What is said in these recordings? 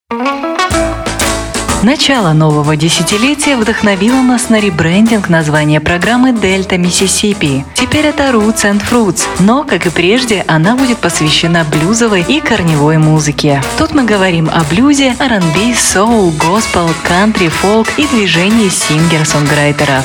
Начало нового десятилетия вдохновило нас на ребрендинг названия программы «Дельта Миссисипи». Теперь это Roots and Fruits, но, как и прежде, она будет посвящена блюзовой и корневой музыке. Тут мы говорим о блюзе, R&B, соул, госпел, кантри, фолк и движении сингер-сонграйтеров.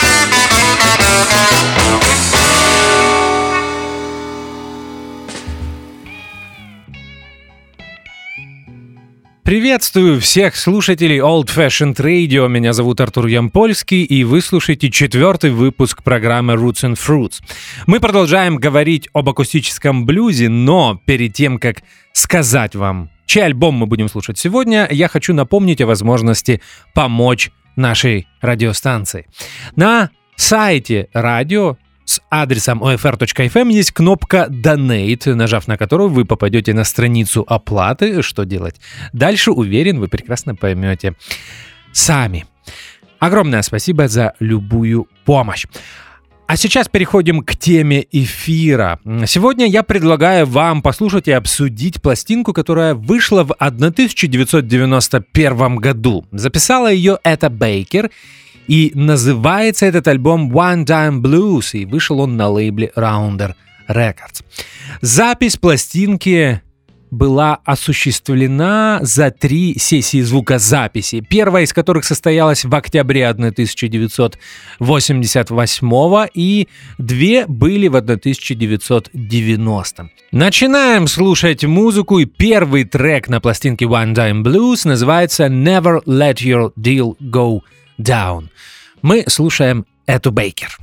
Приветствую всех слушателей Old Fashioned Radio. Меня зовут Артур Ямпольский, и вы слушаете 4-й выпуск программы Roots and Fruits. Мы продолжаем говорить об акустическом блюзе, но перед тем, как сказать вам, чей альбом мы будем слушать сегодня, я хочу напомнить о возможности помочь нашей радиостанции. На сайте радио с адресом OFR.FM есть кнопка Donate, нажав на которую вы попадете на страницу оплаты. Что делать дальше, уверен, вы прекрасно поймете сами. Огромное спасибо за любую помощь. А сейчас переходим к теме эфира. Сегодня я предлагаю вам послушать и обсудить пластинку, которая вышла в 1991 году. Записала ее Эта Бейкер, и называется этот альбом One Time Blues, и вышел он на лейбле Rounder Records. Запись пластинки была осуществлена за 3 сессии звукозаписи, первая из которых состоялась в октябре 1988 и 2 были в 1990. Начинаем слушать музыку, и первый трек на пластинке One Time Blues называется Never Let Your Deal Go Down. Мы слушаем Эту Бейкер.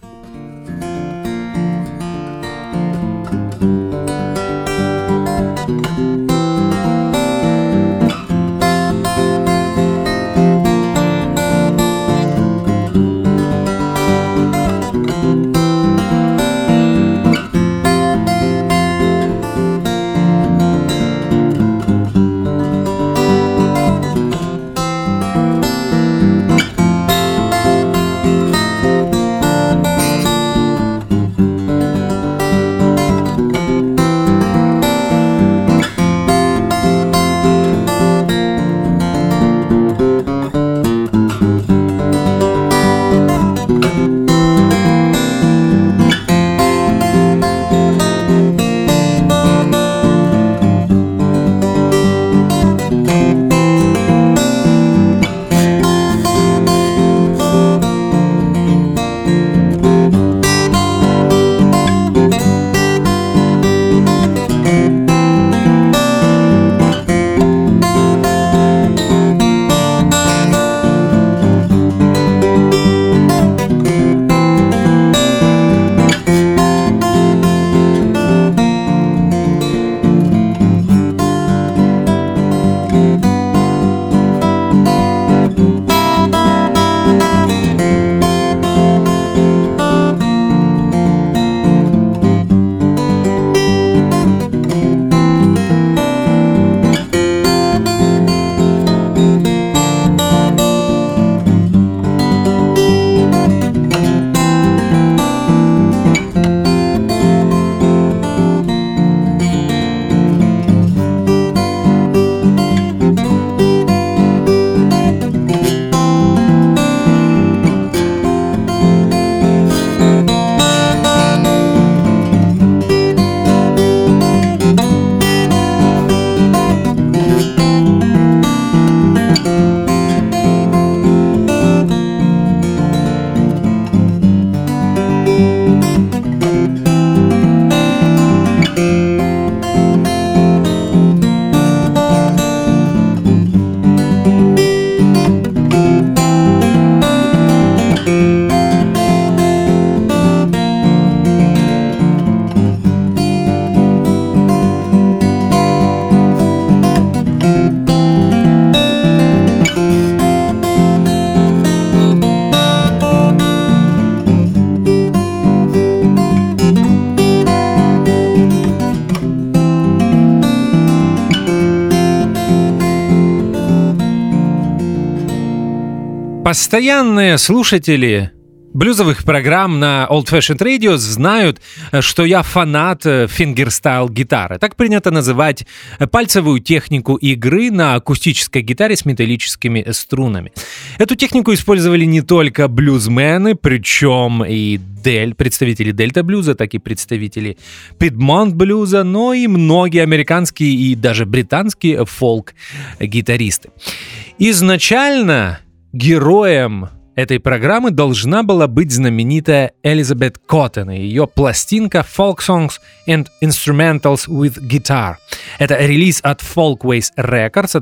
Постоянные слушатели блюзовых программ на Old Fashioned Radio знают, что я фанат фингерстайл-гитары. Так принято называть пальцевую технику игры на акустической гитаре с металлическими струнами. Эту технику использовали не только блюзмены, причем и представители дельта-блюза, так и представители пидмонт-блюза, но и многие американские и даже британские фолк-гитаристы. Изначально героем этой программы должна была быть знаменитая Элизабет Коттен и ее пластинка Folk Songs and Instrumentals with Guitar. Это релиз от Folkways Records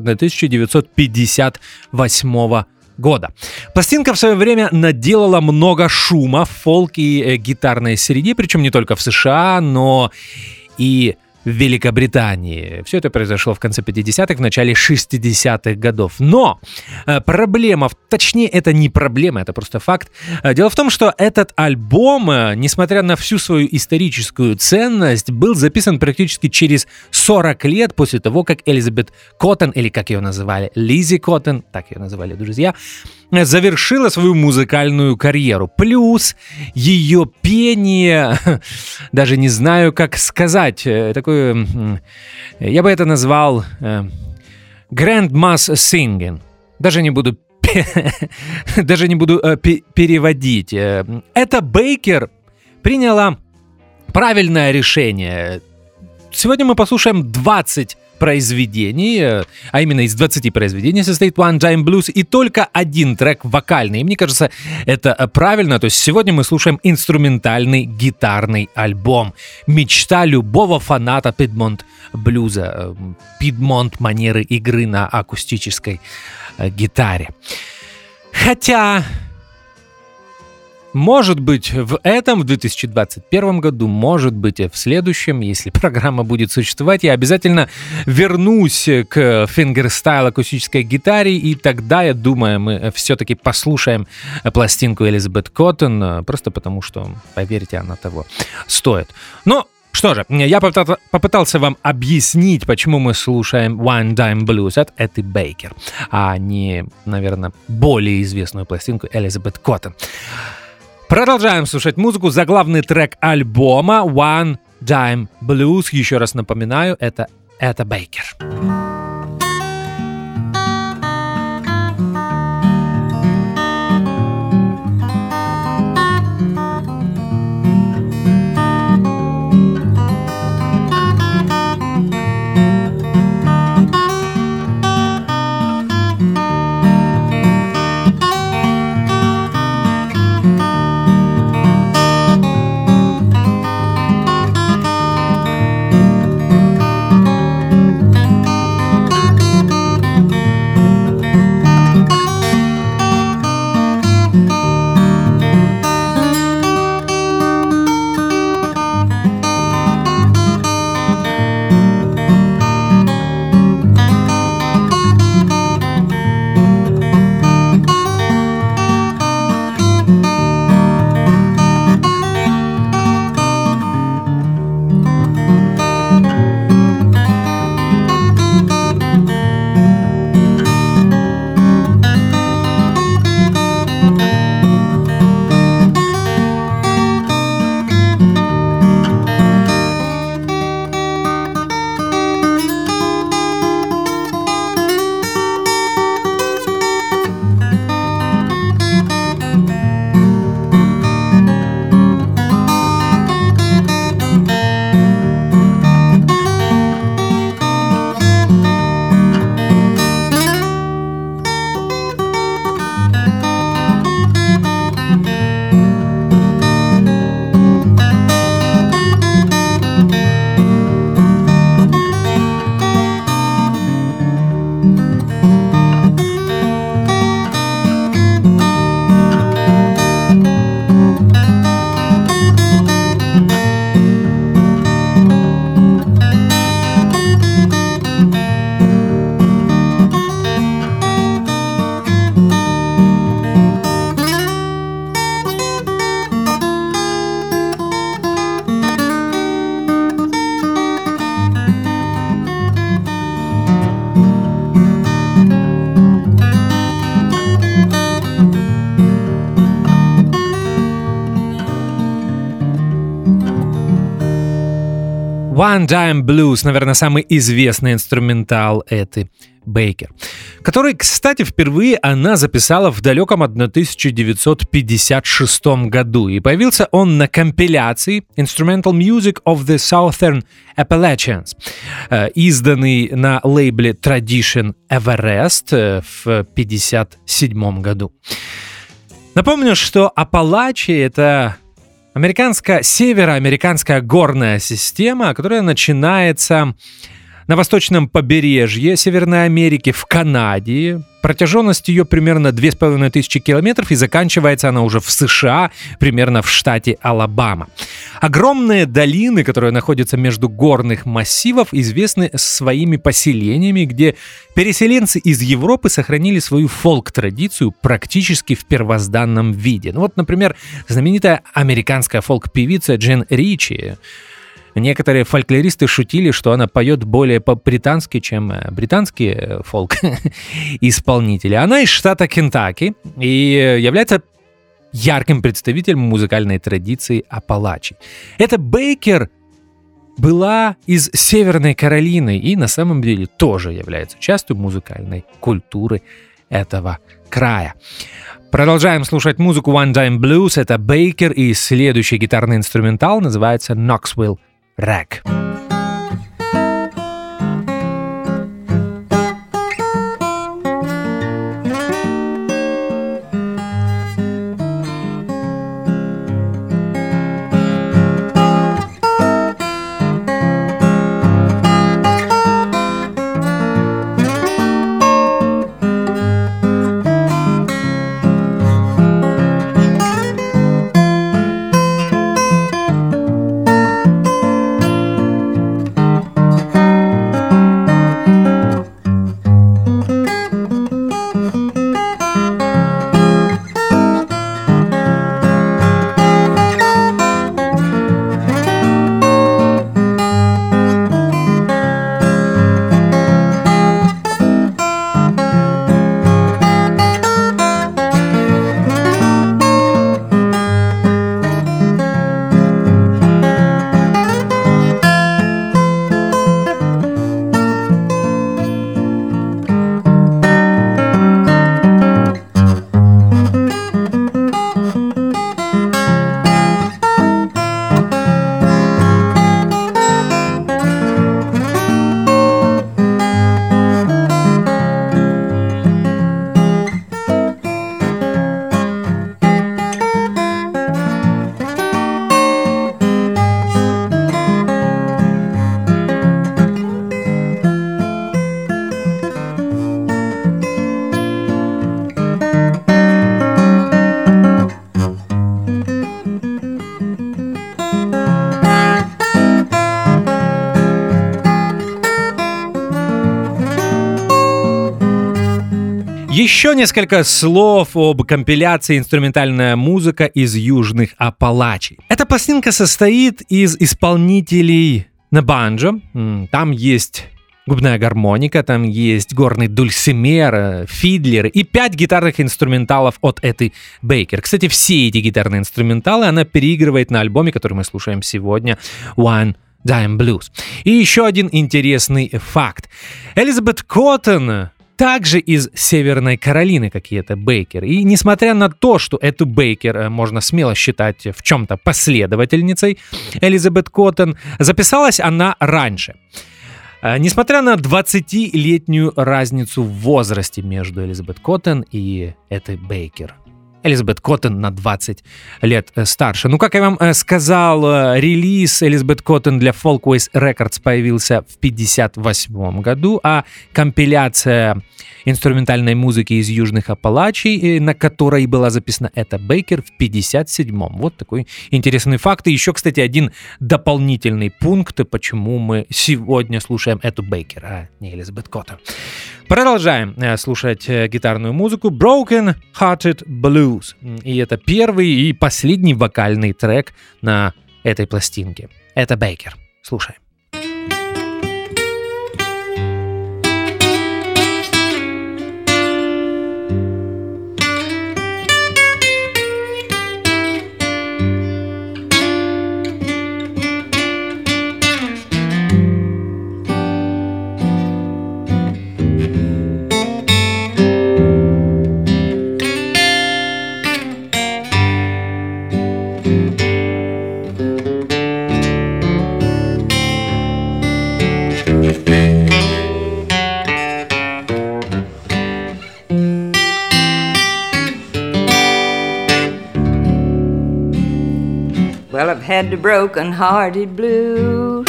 1958 года. Пластинка в свое время наделала много шума в фолк и гитарной среде, причем не только в США, но и в Великобритании. Все это произошло в конце 50-х, в начале 60-х годов. Но проблема, точнее, это не проблема, это просто факт. Дело в том, что этот альбом, несмотря на всю свою историческую ценность, был записан практически через 40 лет после того, как Элизабет Коттен, или как ее называли, Лиззи Коттен, так ее называли друзья, завершила свою музыкальную карьеру. Плюс ее пение, даже не знаю, как сказать, такое, я бы это назвал Grandma's Singing. Даже не буду переводить. Эта Бейкер приняла правильное решение. Сегодня мы послушаем 20 произведений, а именно из 20 произведений состоит One Dime Blues, и только один трек вокальный. И мне кажется, это правильно. То есть сегодня мы слушаем инструментальный гитарный альбом. Мечта любого фаната пидмонт-блюза. Пидмонт-манеры игры на акустической гитаре. Хотя... Может быть, в 2021 году, может быть, в следующем, если программа будет существовать, я обязательно вернусь к фингерстайл акустической гитаре, и тогда, я думаю, мы все-таки послушаем пластинку Элизабет Коттен, просто потому что, поверьте, она того стоит. Но что же, я попытался вам объяснить, почему мы слушаем One Dime Blues от Эдди Бейкер, а не, наверное, более известную пластинку Элизабет Коттен. Продолжаем слушать музыку. Заглавный трек альбома One Dime Blues. Еще раз напоминаю, это Эдди Бейкер. One Dime Blues, наверное, самый известный инструментал Эты Бейкер, который, кстати, впервые она записала в далеком 1956 году, и появился он на компиляции Instrumental Music of the Southern Appalachians, изданный на лейбле Tradition Everest в 1957 году. Напомню, что Апалачи — это североамериканская горная система, которая начинается на восточном побережье Северной Америки, в Канаде. Протяженность ее примерно 2500 километров, и заканчивается она уже в США, примерно в штате Алабама. Огромные долины, которые находятся между горных массивов, известны своими поселениями, где переселенцы из Европы сохранили свою фолк-традицию практически в первозданном виде. Ну вот, например, знаменитая американская фолк-певица Джин Ричи. Некоторые фольклористы шутили, что она поет более по-британски, чем британские фолк-исполнители. Она из штата Кентаки и является ярким представителем музыкальной традиции Апалачи. Эта Бейкер была из Северной Каролины и на самом деле тоже является частью музыкальной культуры этого края. Продолжаем слушать музыку One Dime Blues. Это Бейкер, и следующий гитарный инструментал называется Knoxville Rag. Еще несколько слов об компиляции «Инструментальная музыка из Южных Апалачей». Эта пластинка состоит из исполнителей на банджо. Там есть губная гармоника, там есть горный дульсимер, фидлер и 5 гитарных инструменталов от Эты Бейкер. Кстати, все эти гитарные инструменталы она переигрывает на альбоме, который мы слушаем сегодня, One Dime Blues. И еще один интересный факт. Элизабет Коттон также из Северной Каролины, как и Эта Бейкер. И несмотря на то, что Эту Бейкер можно смело считать в чем-то последовательницей Элизабет Коттон, записалась она раньше. Несмотря на 20-летнюю разницу в возрасте между Элизабет Коттон и Этой Бейкер. Элизабет Коттон на 20 лет старше. Ну, как я вам сказал, релиз Элизабет Коттон для Folkways Records появился в 1958 году, а компиляция инструментальной музыки из Южных Апалачей, на которой была записана Эта Бейкер, в 1957. Вот такой интересный факт. И еще, кстати, один дополнительный пункт, почему мы сегодня слушаем Эту Бейкер, а не Элизабет Коттон. Продолжаем слушать гитарную музыку Broken Hearted Blues. И это первый и последний вокальный трек на этой пластинке. Эта Бейкер. Слушаем. Well, I've had the broken-hearted blues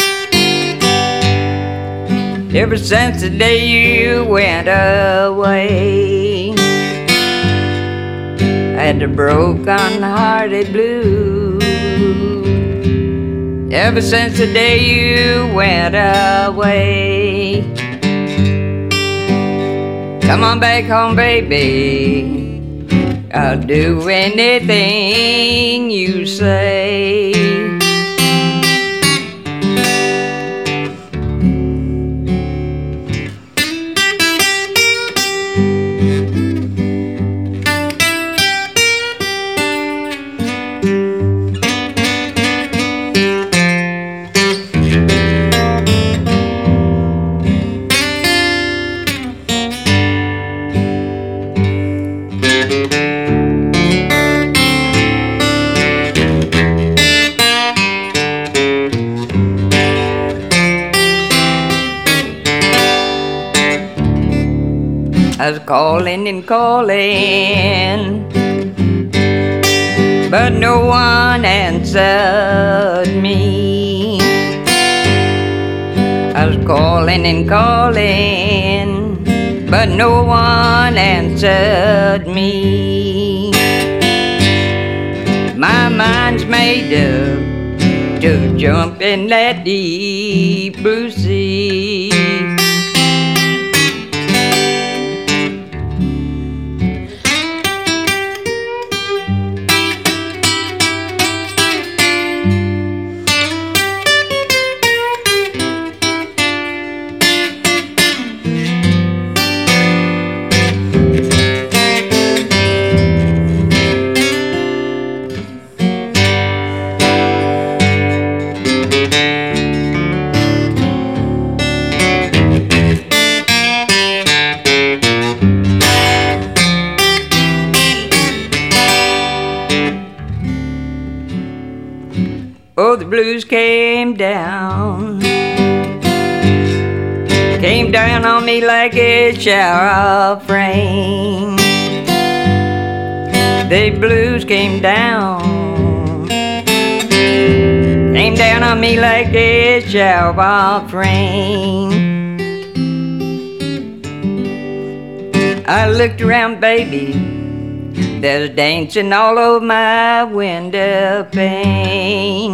ever since the day you went away. I had the broken-hearted blues ever since the day you went away. Come on back home, baby, I'll do anything you say. I was calling and calling, but no one answered me. I was calling and calling, but no one answered me. My mind's made up to jump in that deep blue sea. Oh, the blues came down on me like a shower of rain. The blues came down on me like a shower of rain. I looked around, baby, there's dancing all over my window pane.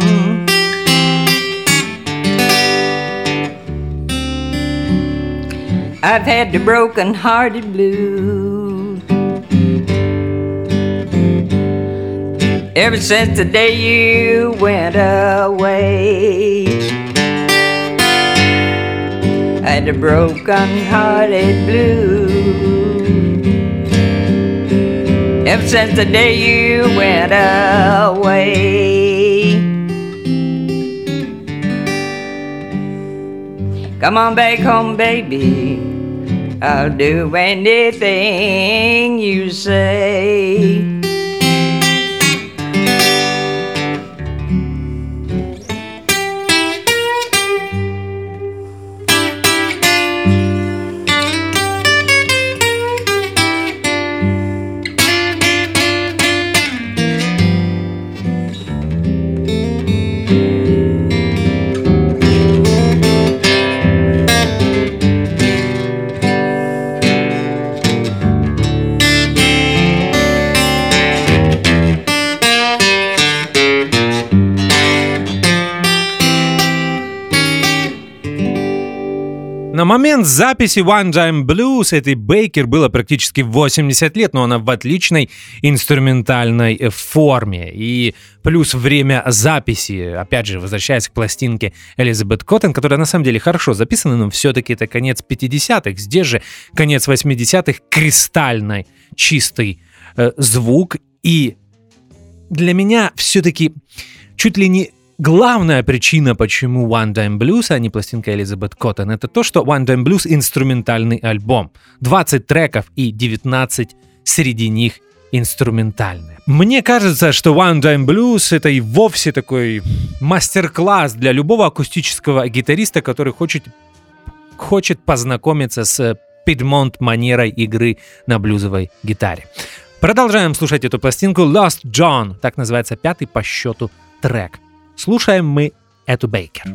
I've had the broken-hearted blues ever since the day you went away. I had the broken-hearted blues ever since the day you went away. Come on back home, baby, I'll do anything you say. На момент записи One Time Blues этой Бейкер было практически 80 лет, но она в отличной инструментальной форме. И плюс время записи, опять же, возвращаясь к пластинке Элизабет Коттон, которая на самом деле хорошо записана, но все-таки это конец 50-х, здесь же конец 80-х, кристальный, чистый звук. И для меня все-таки чуть ли не главная причина, почему One Time Blues, а не пластинка Элизабет Коттон, это то, что One Time Blues — инструментальный альбом. 20 треков и 19 среди них инструментальные. Мне кажется, что One Time Blues — это и вовсе такой мастер-класс для любого акустического гитариста, который хочет познакомиться с Piedmont-манерой игры на блюзовой гитаре. Продолжаем слушать эту пластинку. Lost John, так называется 5-й по счету трек Слушаем мы эту Бейкер.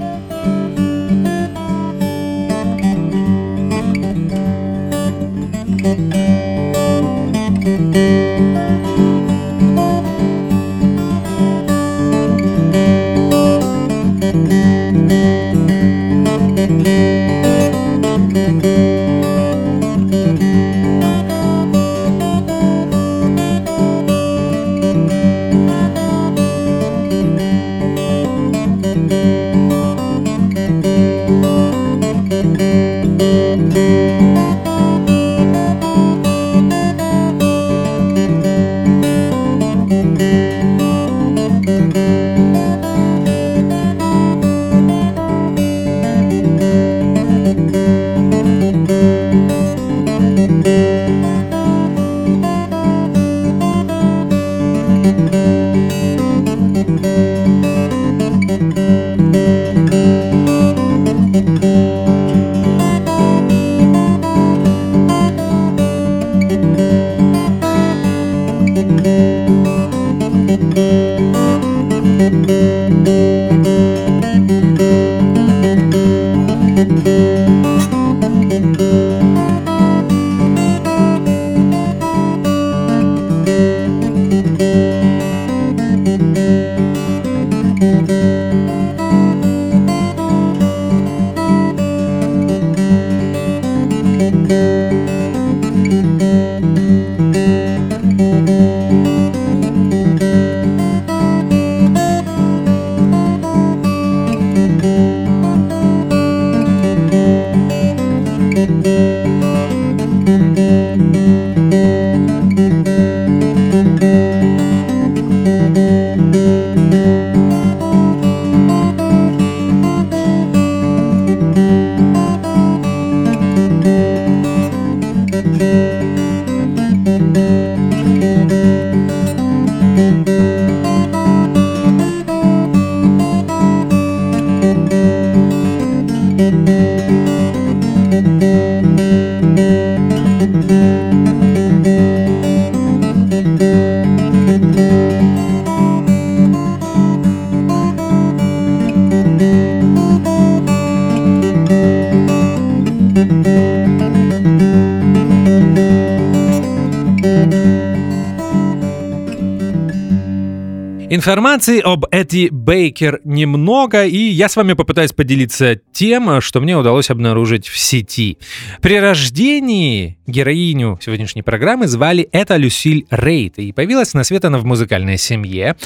Информации об Эдди Бейкер немного, и я с вами попытаюсь поделиться тем, что мне удалось обнаружить в сети. При рождении героиню сегодняшней программы звали Эта Люсиль Рейд, и появилась на свет она в музыкальной семье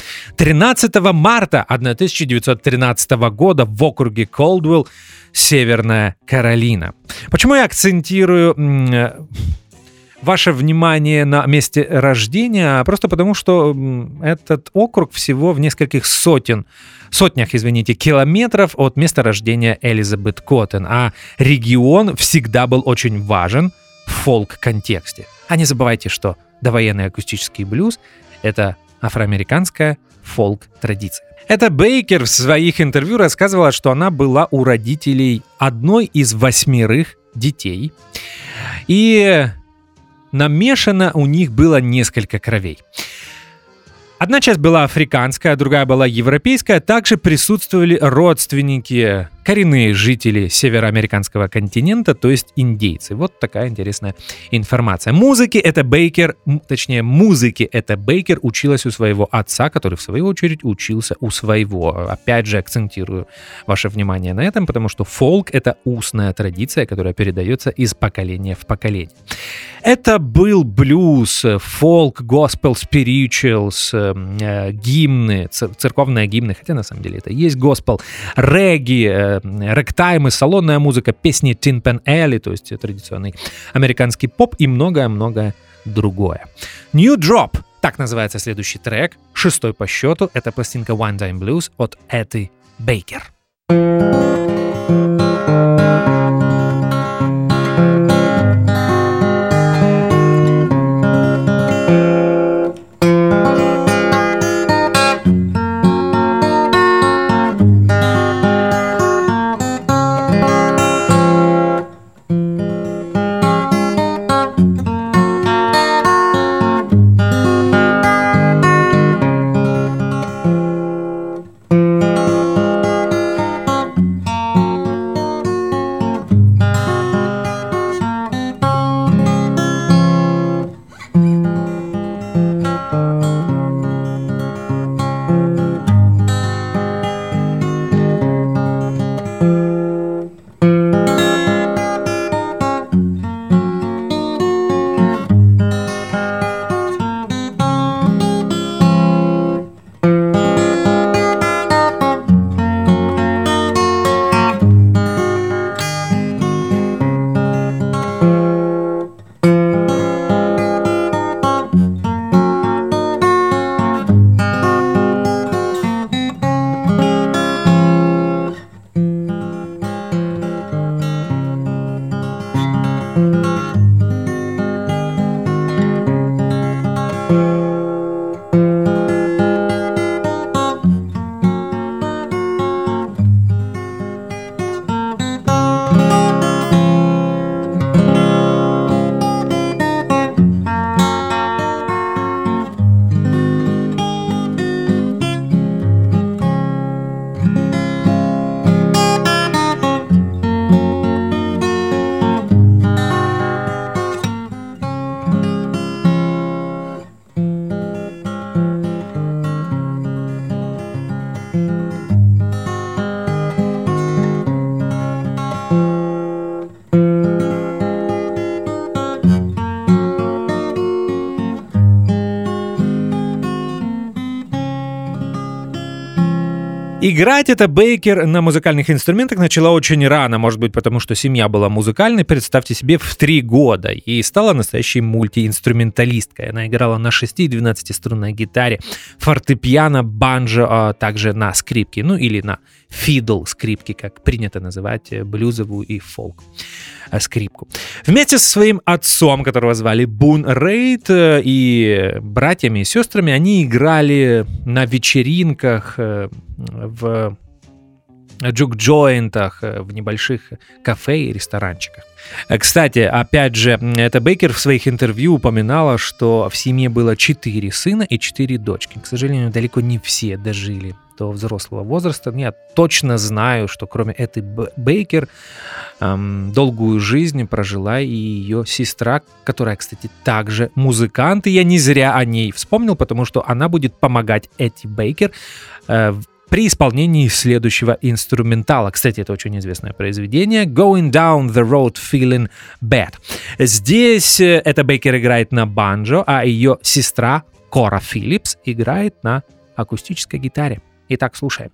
13 марта 1913 года в округе Колдуэлл, Северная Каролина. Почему я акцентирую ваше внимание на месте рождения? Просто потому, что этот округ всего в нескольких сотнях, километров от места рождения Элизабет Коттен, а регион всегда был очень важен в фолк-контексте. А не забывайте, что довоенный акустический блюз — это афроамериканская фолк-традиция. Эта Бейкер в своих интервью рассказывала, что она была у родителей одной из 8 детей, и намешано у них было несколько кровей. Одна часть была африканская, другая была европейская. Также присутствовали родственники, коренные жители североамериканского континента, то есть индейцы. Вот такая интересная информация. Музыке эта Бейкер училась у своего отца, который в свою очередь учился у своего. Опять же, акцентирую ваше внимание на этом, потому что фолк — это устная традиция, которая передается из поколения в поколение. Это был блюз, фолк, госпел, спиричуалс, гимны, церковные гимны, хотя на самом деле это и есть госпел, регги, рэктаймы, салонная музыка, песни Tin Pan Alley, то есть традиционный американский поп и многое-многое другое. New Drop, так называется следующий трек, 6-й по счету, это пластинка One Time Blues от Эдди Бейкер. Играть это Бейкер на музыкальных инструментах начала очень рано, может быть, потому что семья была музыкальной, представьте себе, в 3 года, и стала настоящей мультиинструменталисткой. Она играла на 6 и 12-струнной гитаре, фортепиано, банджо, а также на скрипке, ну или на фидл скрипки, как принято называть блюзовую и фолк скрипку. Вместе со своим отцом, которого звали Бун Рейд, и братьями и сестрами они играли на вечеринках, в джук-джойнтах, в небольших кафе и ресторанчиках. Кстати, опять же, эта Бейкер в своих интервью упоминала, что в семье было 4 сына и 4 дочки. К сожалению, далеко не все дожили до взрослого возраста. Я точно знаю, что кроме этой Бейкер долгую жизнь прожила и ее сестра, которая, кстати, также музыкант. И я не зря о ней вспомнил, потому что она будет помогать Эдди Бейкер при исполнении следующего инструментала. Кстати, это очень известное произведение «Going Down the Road Feeling Bad». Здесь эта Бейкер играет на банджо, а ее сестра Кора Филлипс играет на акустической гитаре. Итак, слушаем.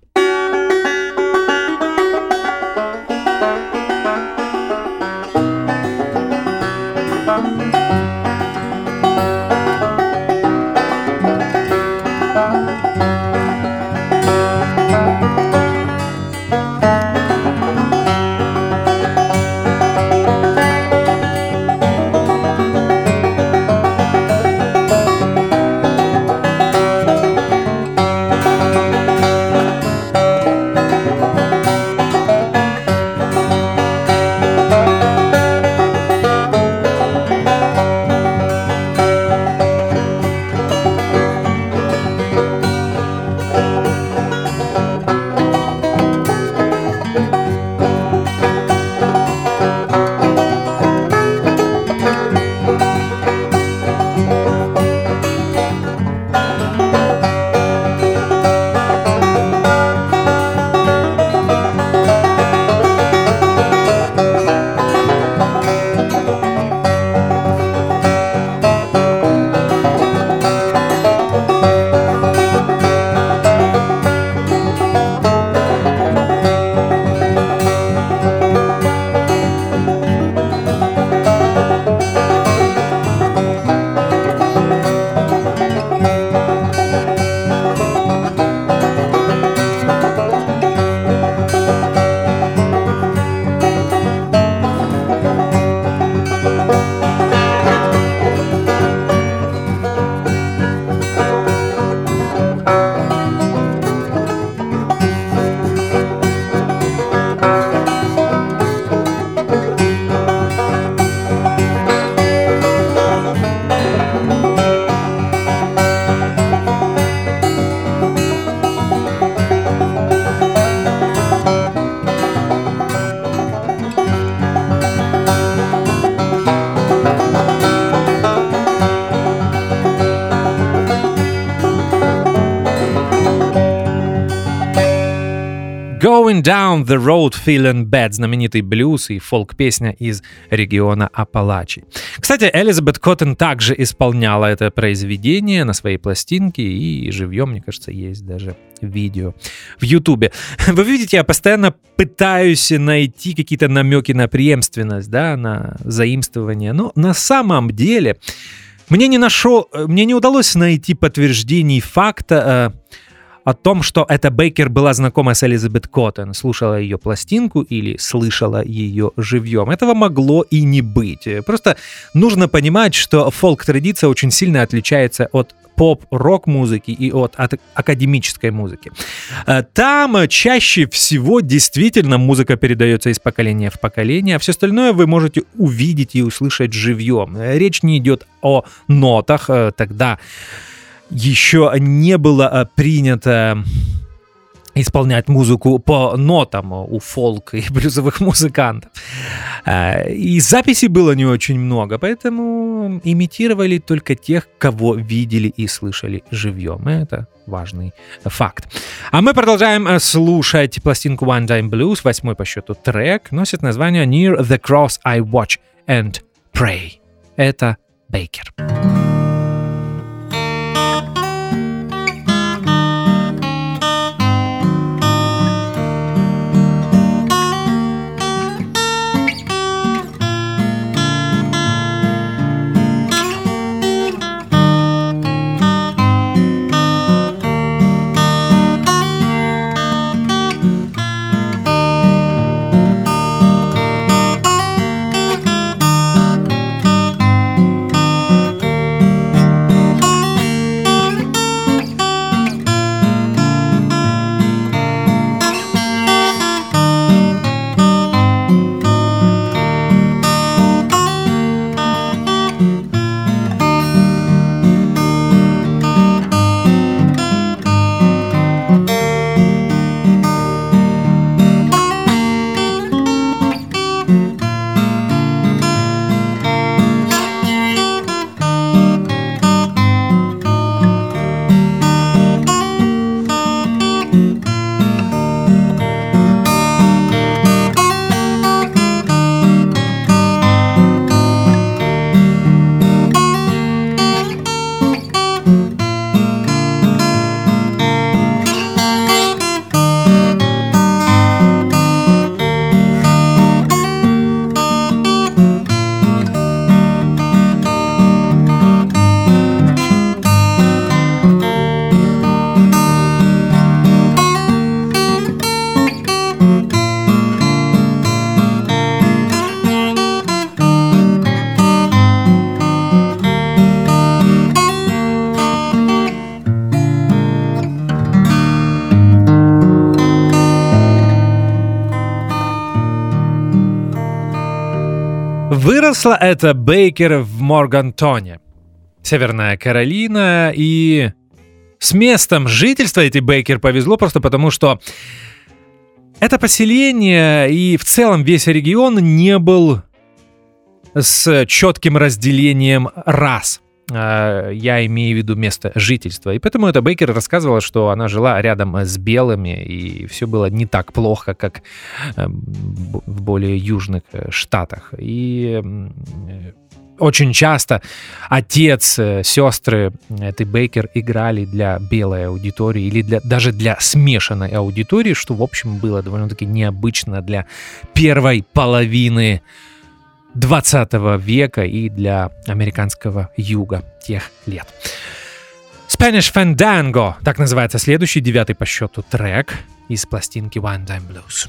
Going Down the Road Feeling Bad, знаменитый блюз и фолк-песня из региона Апалачи. Кстати, Элизабет Коттон также исполняла это произведение на своей пластинке, и живьем, мне кажется, есть даже видео в Ютубе. Вы видите, я постоянно пытаюсь найти какие-то намеки на преемственность, да, на заимствование, но на самом деле мне не удалось найти подтверждений факта о том, что эта Бейкер была знакома с Элизабет Коттон, слушала ее пластинку или слышала ее живьем. Этого могло и не быть. Просто нужно понимать, что фолк-традиция очень сильно отличается от поп-рок-музыки и от академической музыки. Там чаще всего действительно музыка передается из поколения в поколение, а все остальное вы можете увидеть и услышать живьем. Речь не идет о нотах, тогда еще не было принято исполнять музыку по нотам у фолк и блюзовых музыкантов. И записей было не очень много, поэтому имитировали только тех, кого видели и слышали живьем. Это важный факт. А мы продолжаем слушать пластинку One Time Blues, 8-й по счету трек, носит название Near the Cross I Watch and Pray. Это Бейкер. Выросла эта Бейкер в Моргантоне, Северная Каролина, и с местом жительства этой Бейкер повезло просто потому, что это поселение и в целом весь регион не был с четким разделением рас. Я имею в виду место жительства. И поэтому эта Бейкер рассказывала, что она жила рядом с белыми, и все было не так плохо, как в более южных штатах. И очень часто отец, сестры этой Бейкер играли для белой аудитории или даже для смешанной аудитории, что, в общем, было довольно-таки необычно для первой половины 20 века и для американского юга тех лет. Spanish Fandango, так называется следующий, 9-й по счету трек из пластинки One Time Blues.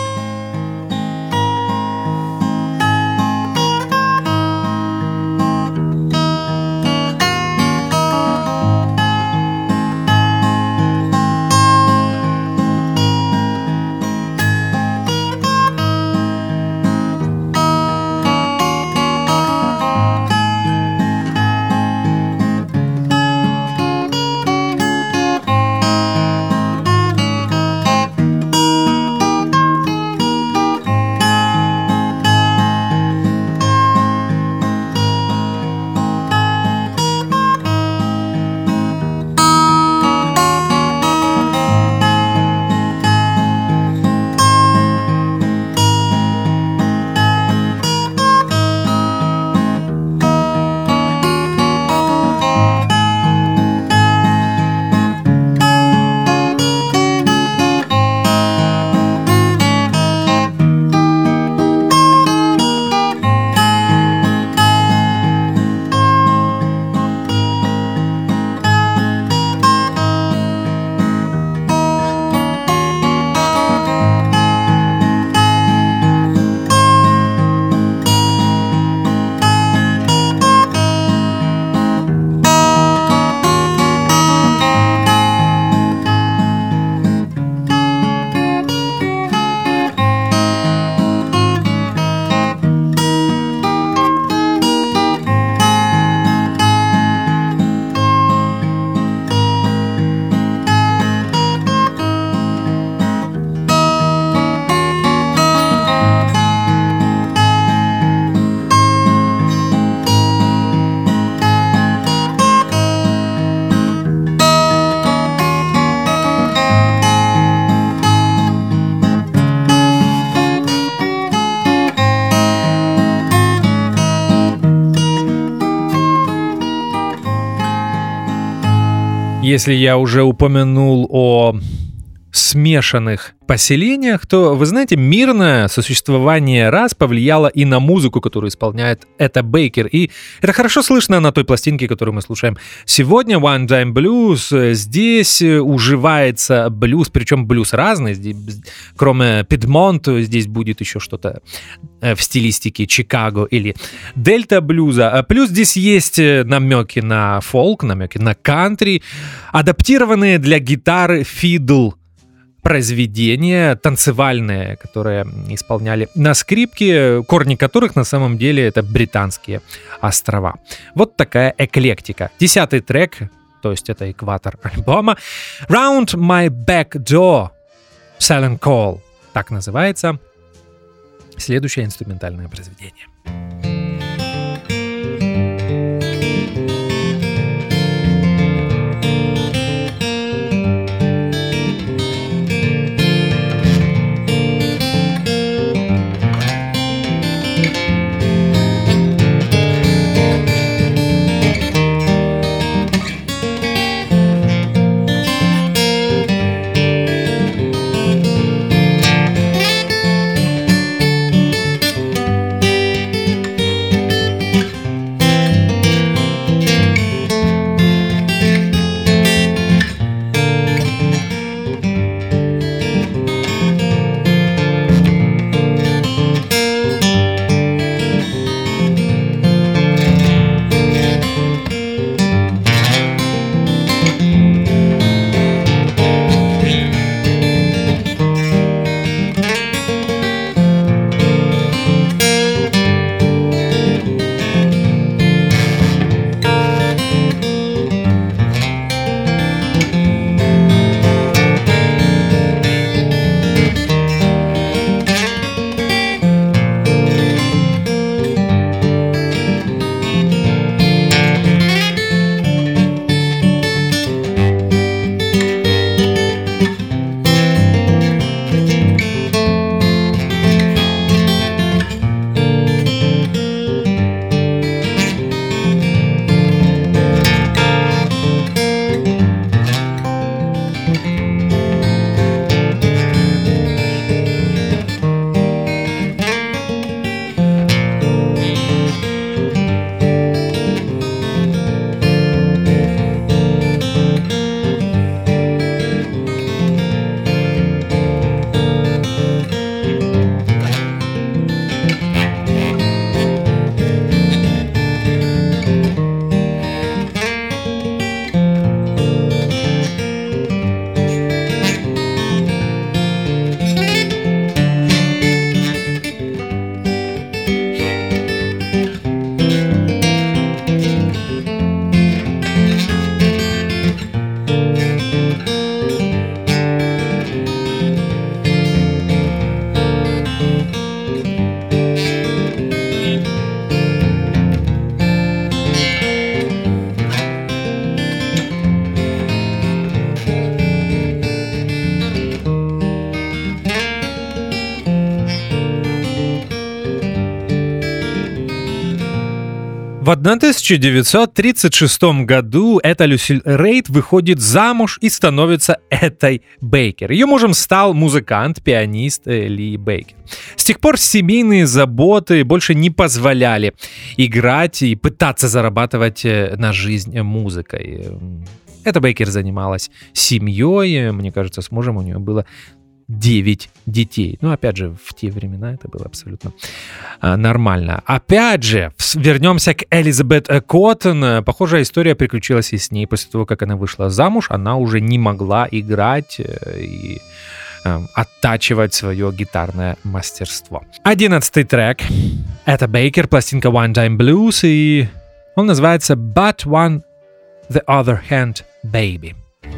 Если я уже упомянул о смешанных поселениях, то, вы знаете, мирное сосуществование рас повлияло и на музыку, которую исполняет эта Бейкер. И это хорошо слышно на той пластинке, которую мы слушаем сегодня, One Time Blues. Здесь уживается блюз, причем блюз разный. Здесь, кроме Пидмонт, здесь будет еще что-то в стилистике Чикаго или Дельта блюза. Плюс здесь есть намеки на фолк, намеки на кантри, адаптированные для гитары фидл произведения танцевальные, которые исполняли на скрипке, корни которых на самом деле это британские острова. Вот такая эклектика. 10-й трек, то есть это экватор альбома, Round My Back Door, Silent Call, так называется следующее инструментальное произведение. В 1936 году эта Люси Рейд выходит замуж и становится Этой Бейкер. Ее мужем стал музыкант, пианист Ли Бейкер. С тех пор семейные заботы больше не позволяли играть и пытаться зарабатывать на жизнь музыкой. Эта Бейкер занималась семьей, мне кажется, с мужем у нее было 9 детей. Ну, опять же, в те времена это было абсолютно нормально. Опять же, вернемся к Элизабет Коттон. Похожая история приключилась и с ней. После того, как она вышла замуж, она уже не могла играть и оттачивать свое гитарное мастерство. 11-й трек. Это Бейкер, пластинка One Time Blues, и он называется But On the Other Hand, Baby.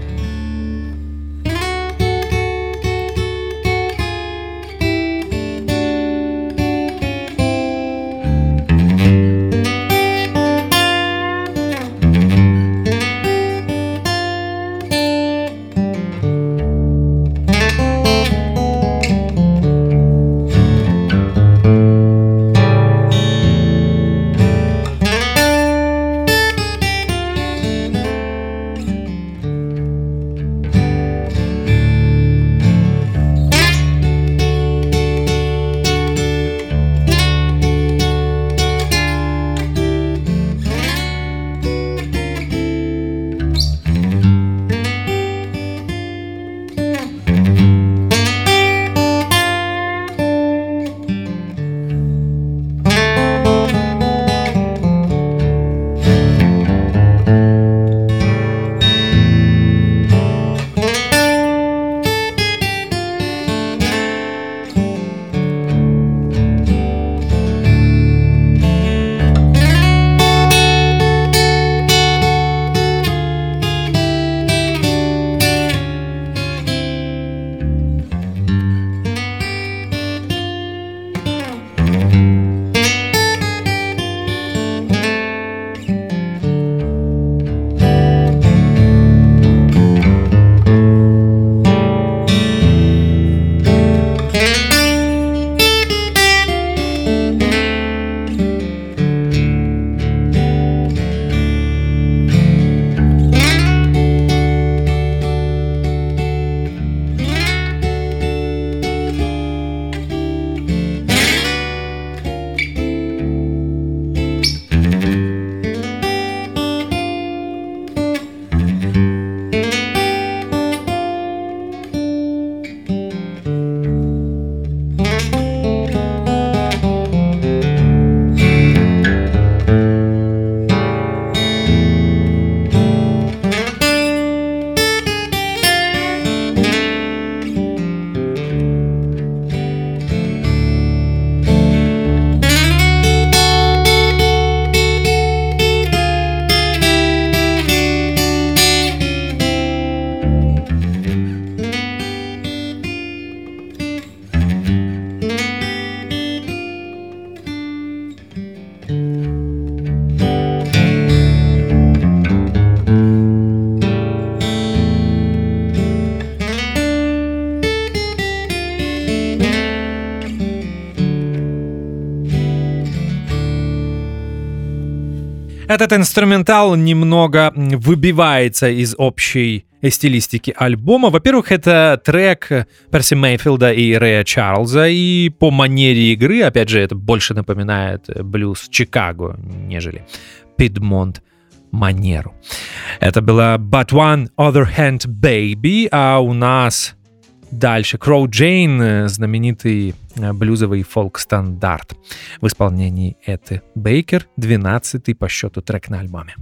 Этот инструментал немного выбивается из общей стилистики альбома. Во-первых, это трек Перси Мейфилда и Рэя Чарльза, и по манере игры, опять же, это больше напоминает блюз Чикаго, нежели Пидмонт манеру. Это была But One Other Hand Baby, а у нас дальше Crow Jane, знаменитый блюзовый фолк-стандарт в исполнении Эты Бейкер, 12-й по счету трек на альбоме.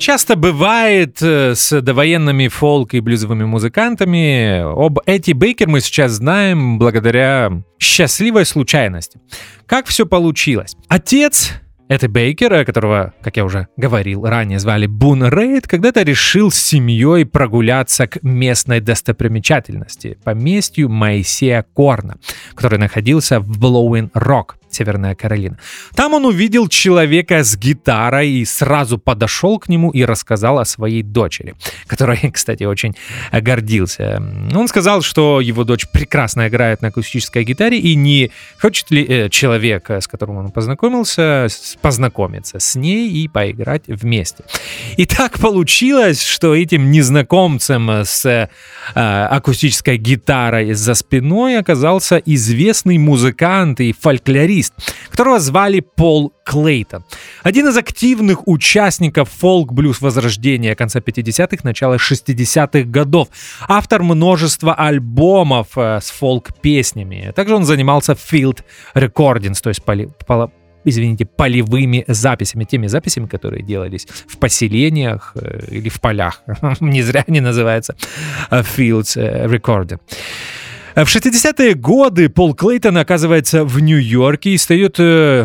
часто бывает с довоенными фолк и блюзовыми музыкантами, об Эдди Бейкер мы сейчас знаем благодаря счастливой случайности. Как все получилось? Отец Эдди Бейкера, которого, как я уже говорил ранее, звали Бун Рейд, когда-то решил с семьей прогуляться к местной достопримечательности, поместью Моисея Корна, который находился в Блоуин-Рок, Северная Каролина. Там он увидел человека с гитарой и сразу подошел к нему и рассказал о своей дочери, которой, кстати, очень гордился. Он сказал, что его дочь прекрасно играет на акустической гитаре и не хочет ли человек, с которым он познакомился, познакомиться с ней и поиграть вместе. И так получилось, что этим незнакомцем с акустической гитарой за спиной оказался известный музыкант и фольклорист, которого звали Пол Клейтон. Один из активных участников фолк-блюз возрождения конца 50-х, начала 60-х годов. Автор множества альбомов с фолк-песнями. Также он занимался field recordings, то есть полевыми записями, теми записями, которые делались в поселениях или в полях. Не зря они называются field recording. В 60-е годы Пол Клейтон оказывается в Нью-Йорке и стает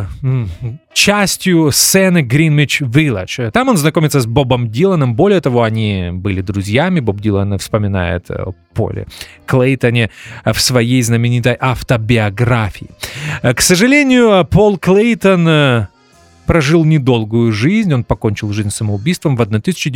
частью сцены Greenwich Village. Там он знакомится с Бобом Диланом. Более того, они были друзьями. Боб Дилан вспоминает о Поле Клейтоне в своей знаменитой автобиографии. К сожалению, Пол Клейтон прожил недолгую жизнь, он покончил жизнь самоубийством в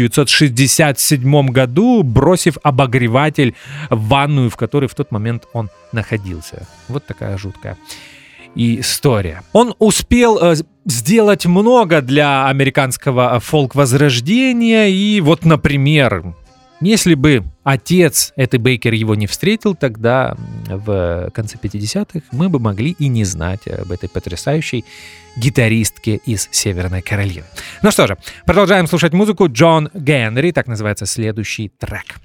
1967 году, бросив обогреватель в ванную, в которой в тот момент он находился. Вот такая жуткая история. Он успел сделать много для американского фолк-возрождения, и вот, например, если бы отец Эдди Бейкер его не встретил, тогда в конце 50-х мы бы могли и не знать об этой потрясающей гитаристке из Северной Каролины. Ну что же, продолжаем слушать музыку. Джон Генри, так называется следующий трек.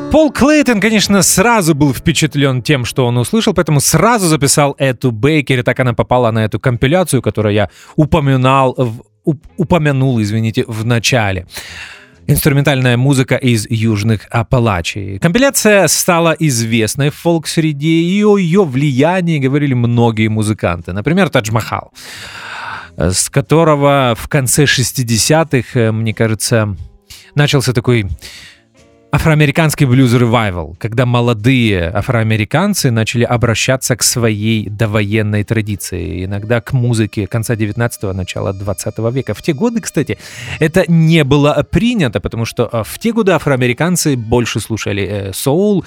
Пол Клейтон, конечно, сразу был впечатлен тем, что он услышал, поэтому сразу записал эту Бейкер, и так она попала на эту компиляцию, которую я упомянул, в начале. Инструментальная музыка из Южных Апалачей. Компиляция стала известной в фолк-среде, и о ее влиянии говорили многие музыканты. Например, Тадж Махал, с которого в конце 60-х, мне кажется, начался такой афроамериканский блюз-ревайвал, когда молодые афроамериканцы начали обращаться к своей довоенной традиции, иногда к музыке конца 19-го, начала 20 века. В те годы, кстати, это не было принято, потому что в те годы афроамериканцы больше слушали соул,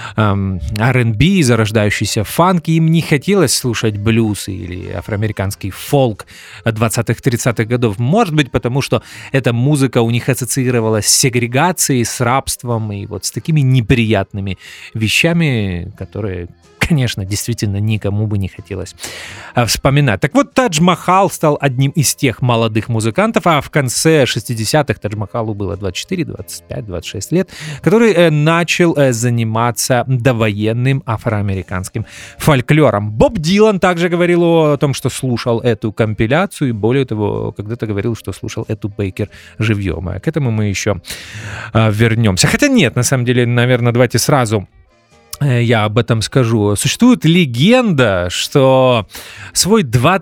R&B, зарождающийся фанк, и им не хотелось слушать блюз или афроамериканский фолк 20-30-х годов. Может быть, потому что эта музыка у них ассоциировалась с сегрегацией, с рабством, и вот с такими неприятными вещами, которые, конечно, действительно никому бы не хотелось вспоминать. Так вот, Тадж Махал стал одним из тех молодых музыкантов, а в конце 60-х Тадж Махалу было 24, 25, 26 лет, который начал заниматься довоенным афроамериканским фольклором. Боб Дилан также говорил о том, что слушал эту компиляцию, и более того, когда-то говорил, что слушал эту Бейкер живьем. А к этому мы еще вернемся. Хотя нет, на самом деле, наверное, давайте сразу я об этом скажу. Существует легенда, что свой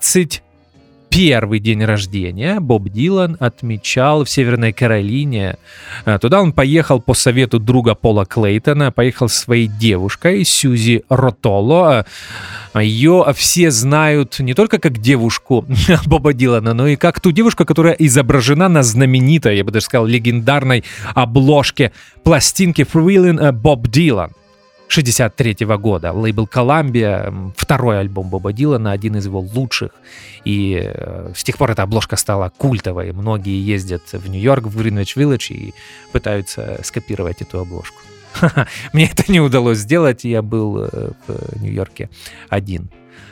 21-й день рождения Боб Дилан отмечал в Северной Каролине. Туда он поехал по совету друга Пола Клейтона, поехал со своей девушкой Сьюзи Ротоло. Ее все знают не только как девушку Боба Дилана, но и как ту девушку, которая изображена на знаменитой, я бы даже сказал, легендарной обложке пластинки Thrillin' Bob Dylan 1963 года. Лейбл Columbia, второй альбом Боба Дилана, один из его лучших. И с тех пор эта обложка стала культовой. Многие ездят в Нью-Йорк, в Гринвич-Виллидж и пытаются скопировать эту обложку. Мне это не удалось сделать, я был в Нью-Йорке один,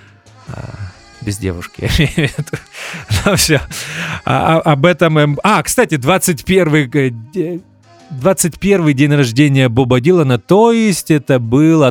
без девушки. Ну, все. Об этом... кстати, 21-й день рождения Боба Дилана, то есть это был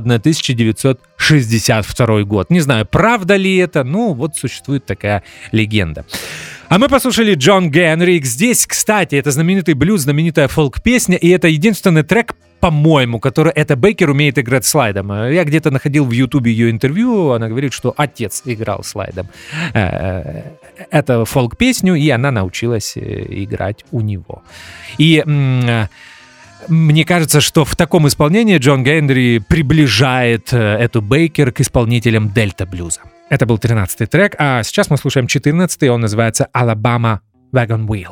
1962 год. Не знаю, правда ли это, ну вот существует такая легенда. А мы послушали Джон Генрик. Здесь, кстати, это знаменитый блюз, знаменитая фолк-песня, и это единственный трек, по-моему, который эта Бейкер умеет играть слайдом. Я где-то находил в Ютубе ее интервью, она говорит, что отец играл слайдом эту фолк-песню, и она научилась играть у него. И мне кажется, что в таком исполнении Джон Генри приближает эту Бейкер к исполнителям дельта-блюза. Это был 13-й трек, а сейчас мы слушаем 14-й, он называется «Alabama Wagon Wheel».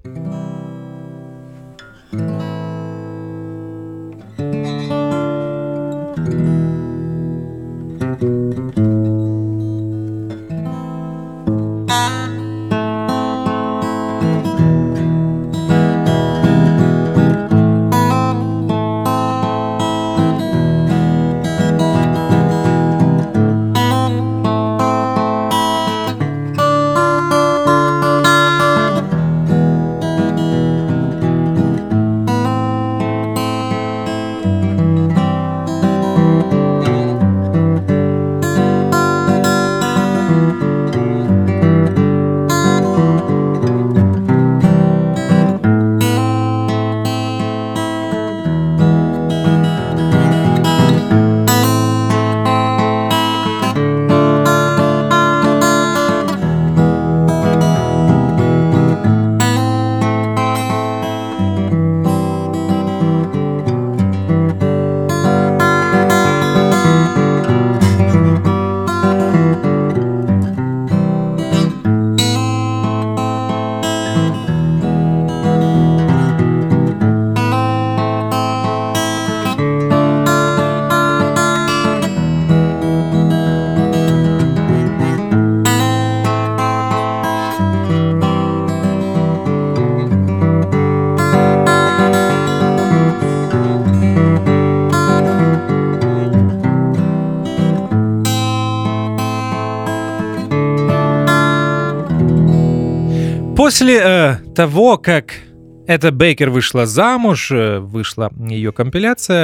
После того, как эта Бейкер вышла замуж, вышла ее компиляция,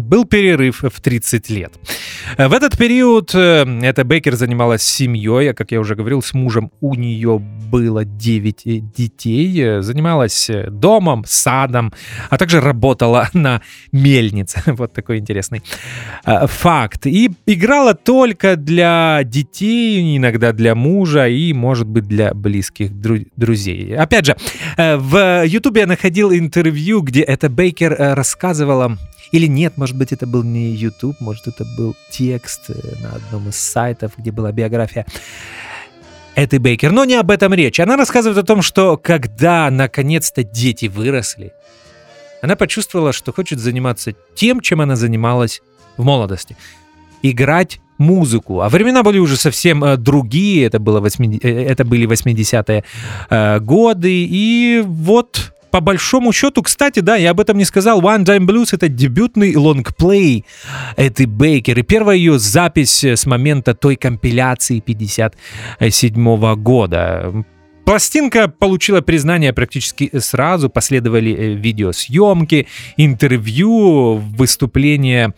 был перерыв в 30 лет. В этот период эта Бейкер занималась семьей, а, как я уже говорил, с мужем у нее было 9 детей, занималась домом, садом, а также работала на мельнице. Вот такой интересный факт. И играла только для детей, иногда для мужа и, может быть, для близких друзей. Опять же, в Ютубе я находил интервью, где эта Бейкер рассказывала, или нет, может быть, это был не YouTube, может, это был текст на одном из сайтов, где была биография этой Бейкер. Но не об этом речь. Она рассказывает о том, что когда наконец-то дети выросли, она почувствовала, что хочет заниматься тем, чем она занималась в молодости. Играть музыку. А времена были уже совсем другие. Это были 80-е годы. И вот, по большому счету, кстати, да, я об этом не сказал, One Time Blues — это дебютный лонгплей этой Бейкер. И первая ее запись с момента той компиляции 57 года. Пластинка получила признание практически сразу, последовали видеосъемки, интервью, выступления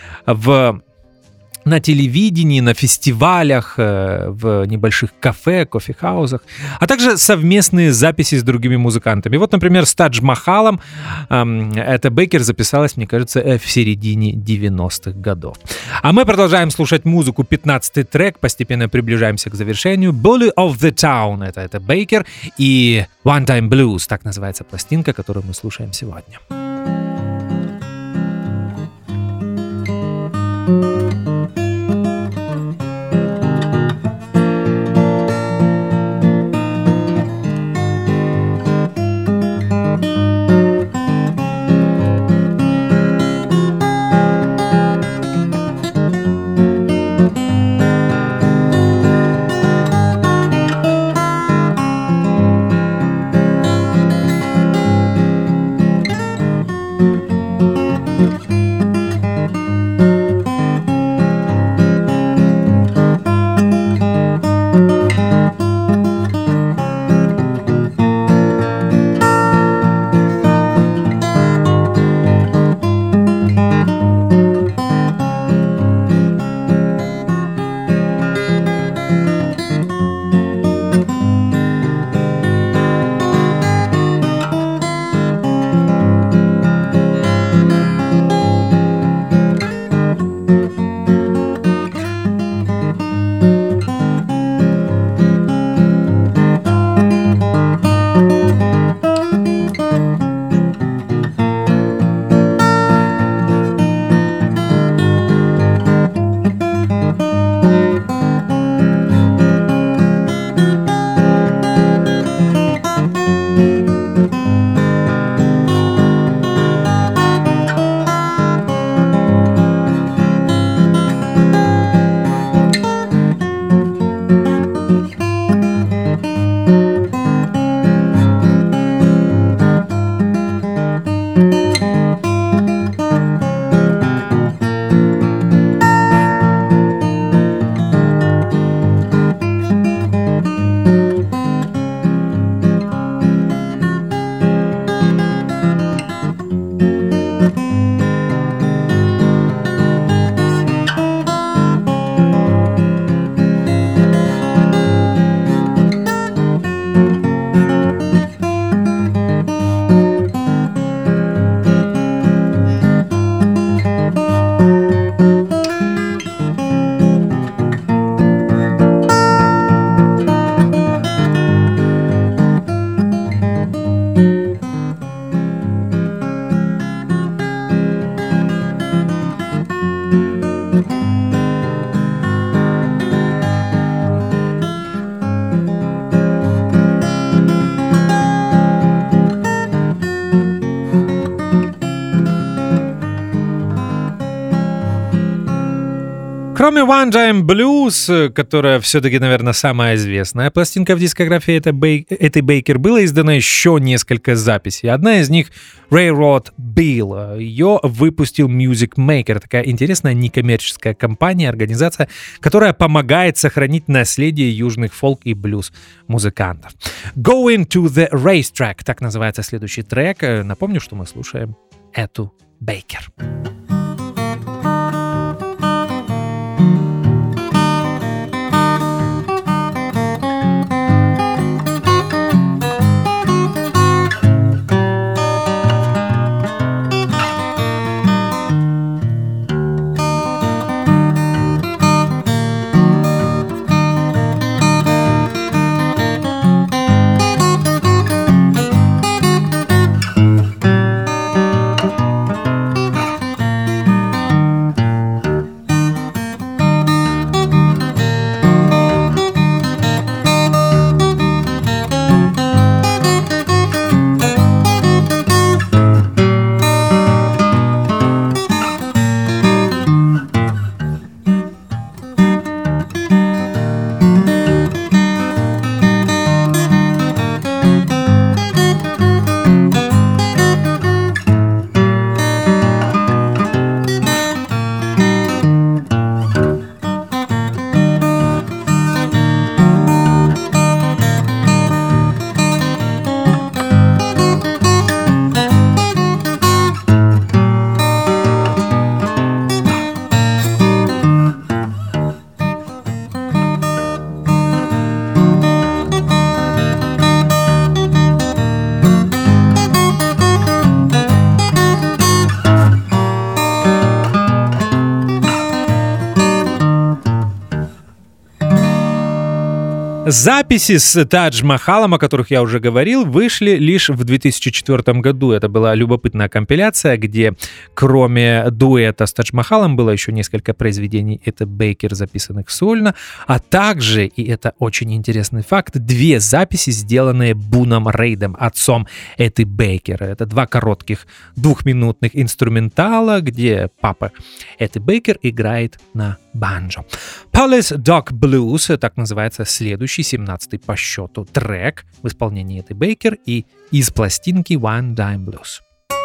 на телевидении, на фестивалях, в небольших кафе, кофехаусах, а также совместные записи с другими музыкантами. Вот, например, с Тадж Махалом эта Бейкер записалась, мне кажется, в середине 90-х годов. А мы продолжаем слушать музыку. 15-й трек, постепенно приближаемся к завершению. Bully of the Town — это Бейкер, и One Time Blues, так называется пластинка, которую мы слушаем сегодня. Кроме One Time Blues, которая все-таки, наверное, самая известная пластинка в дискографии этой Бейкер, было издано еще несколько записей. Одна из них — Railroad Bill. Ее выпустил Music Maker, такая интересная некоммерческая компания, организация, которая помогает сохранить наследие южных фолк и блюз музыкантов. Going to the Racetrack, так называется следующий трек. Напомню, что мы слушаем эту Бейкер. Записи с Тадж Махалом, о которых я уже говорил, вышли лишь в 2004 году. Это была любопытная компиляция, где кроме дуэта с Тадж Махалом было еще несколько произведений Этты Бейкер, записанных сольно, а также, и это очень интересный факт, 2 записи, сделанные Буном Рейдом, отцом Этты Бейкер. Это 2 коротких 2-минутных инструментала, где папа Этты Бейкер играет на банджо. Palace Dock Blues, так называется следующий, 17-й по счету трек в исполнении Этты Бейкер и из пластинки One Dime Blues.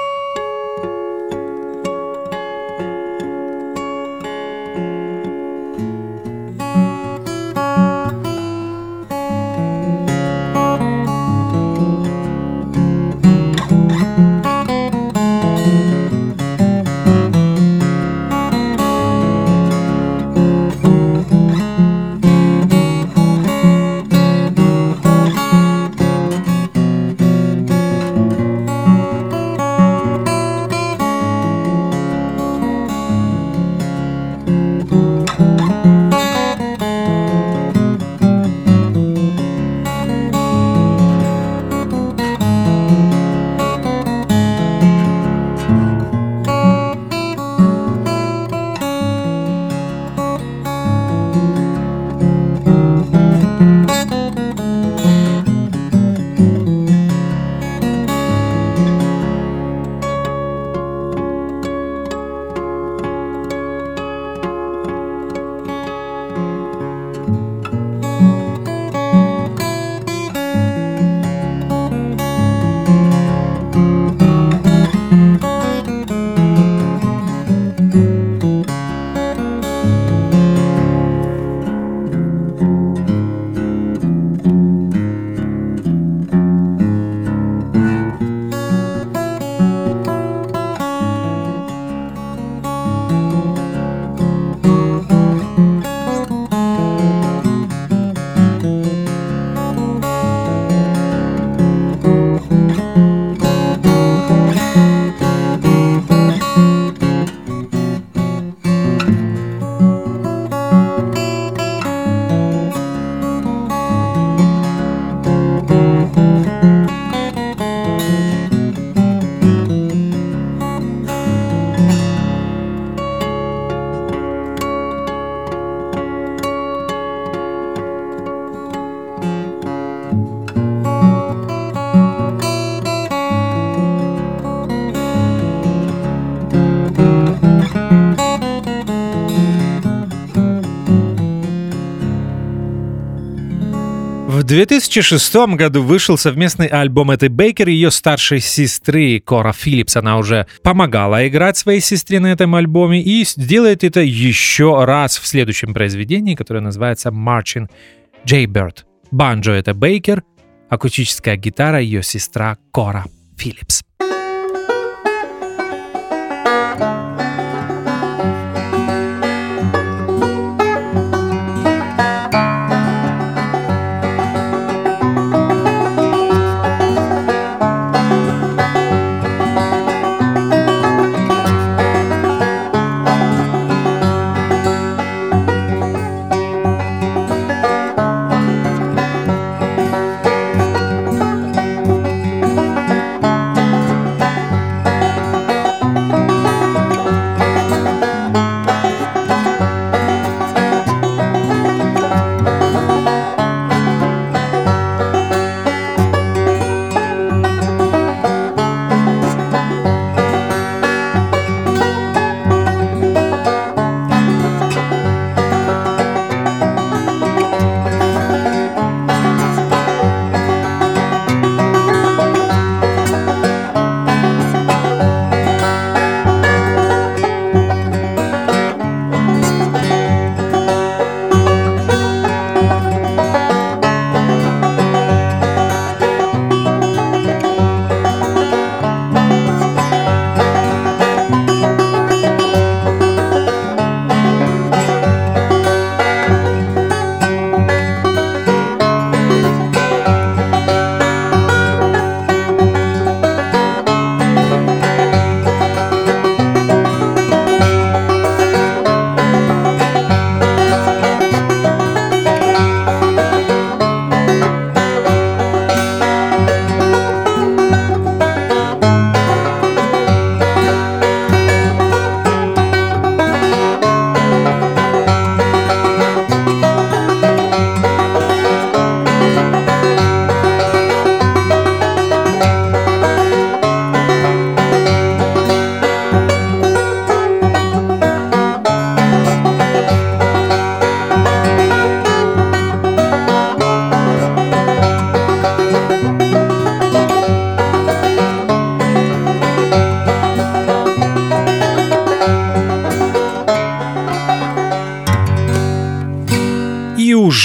В 2006 году вышел совместный альбом Этты Бейкер и ее старшей сестры Кора Филлипс. Она уже помогала играть своей сестре на этом альбоме и сделает это еще раз в следующем произведении, которое называется Marching Jaybird. Банджо — это Бейкер, акустическая гитара — ее сестра Кора Филлипс.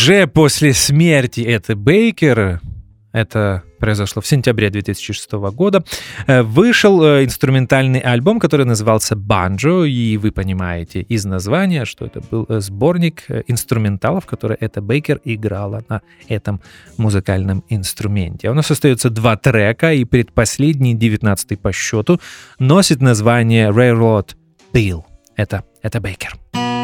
уже после смерти Эты Бейкер, это произошло в сентябре 2006 года, вышел инструментальный альбом, который назывался «Банджо», и вы понимаете из названия, что это был сборник инструменталов, которые Эта Бейкер играла на этом музыкальном инструменте. У нас остается 2 трека, и предпоследний, 19-й по счету, носит название «Railroad Bill». Это Эта Бейкер.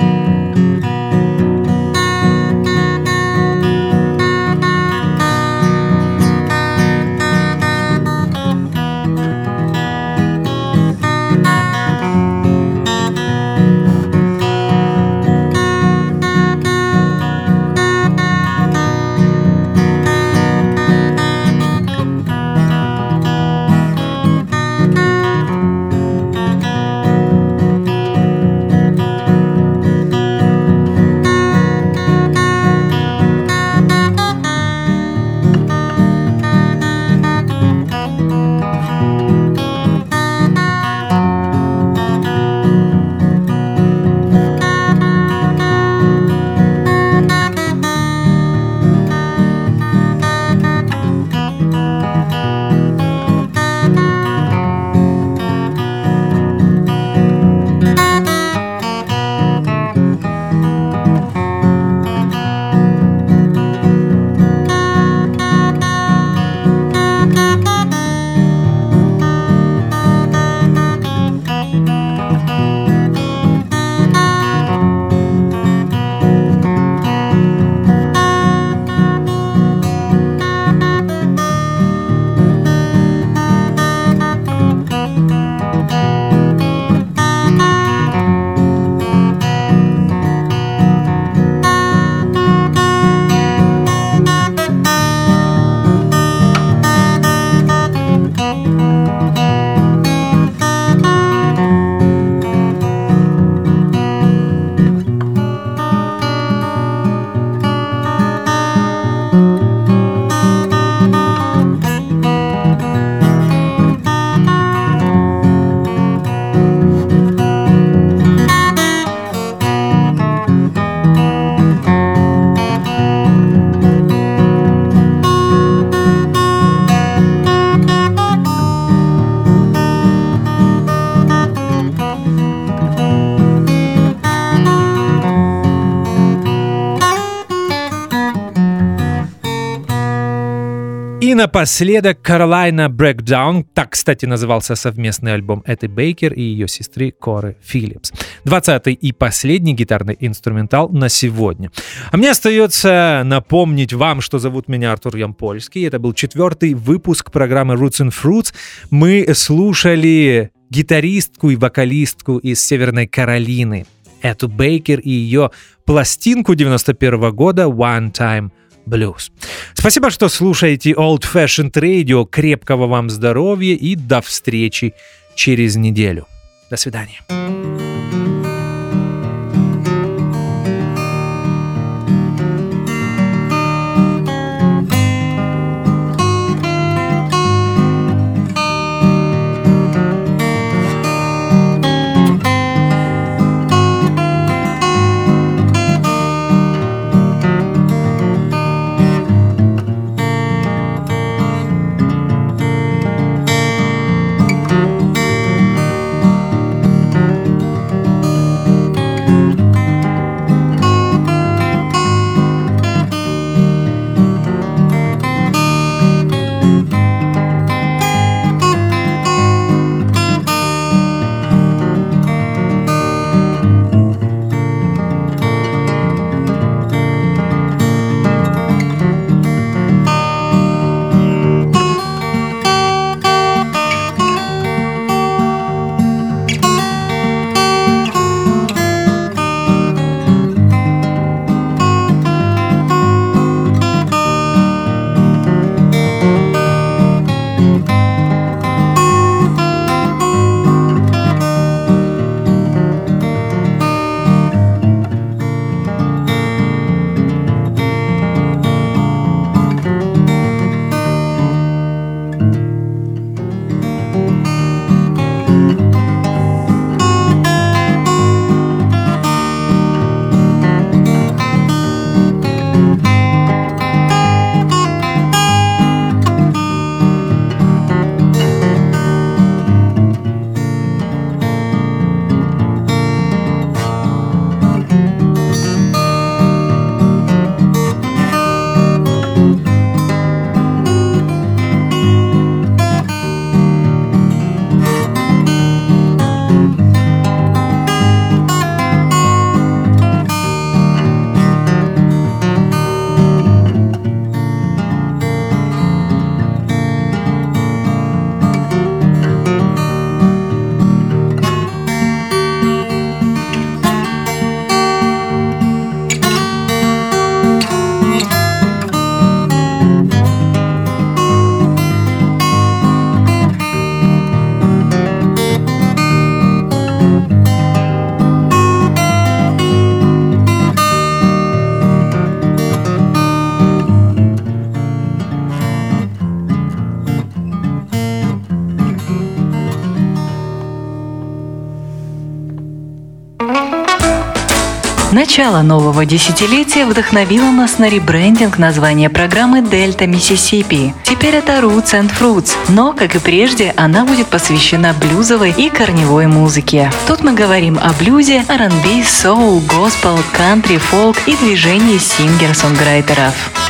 И напоследок Carolina Breakdown. Так, кстати, назывался совместный альбом Эты Бейкер и ее сестры Коры Филлипс. 20-й и последний гитарный инструментал на сегодня. А мне остается напомнить вам, что зовут меня Артур Ямпольский. Это был 4-й выпуск программы Roots and Fruits. Мы слушали гитаристку и вокалистку из Северной Каролины Эту Бейкер и ее пластинку 91 года «One Time Blues». Спасибо, что слушаете Old Fashioned Radio. Крепкого вам здоровья и до встречи через неделю. До свидания. Начало нового десятилетия вдохновило нас на ребрендинг названия программы «Дельта Миссисипи». Теперь это Roots and Fruits, но, как и прежде, она будет посвящена блюзовой и корневой музыке. Тут мы говорим о блюзе, R&B, соул, госпел, кантри, фолк и движении сингер-сонграйтеров.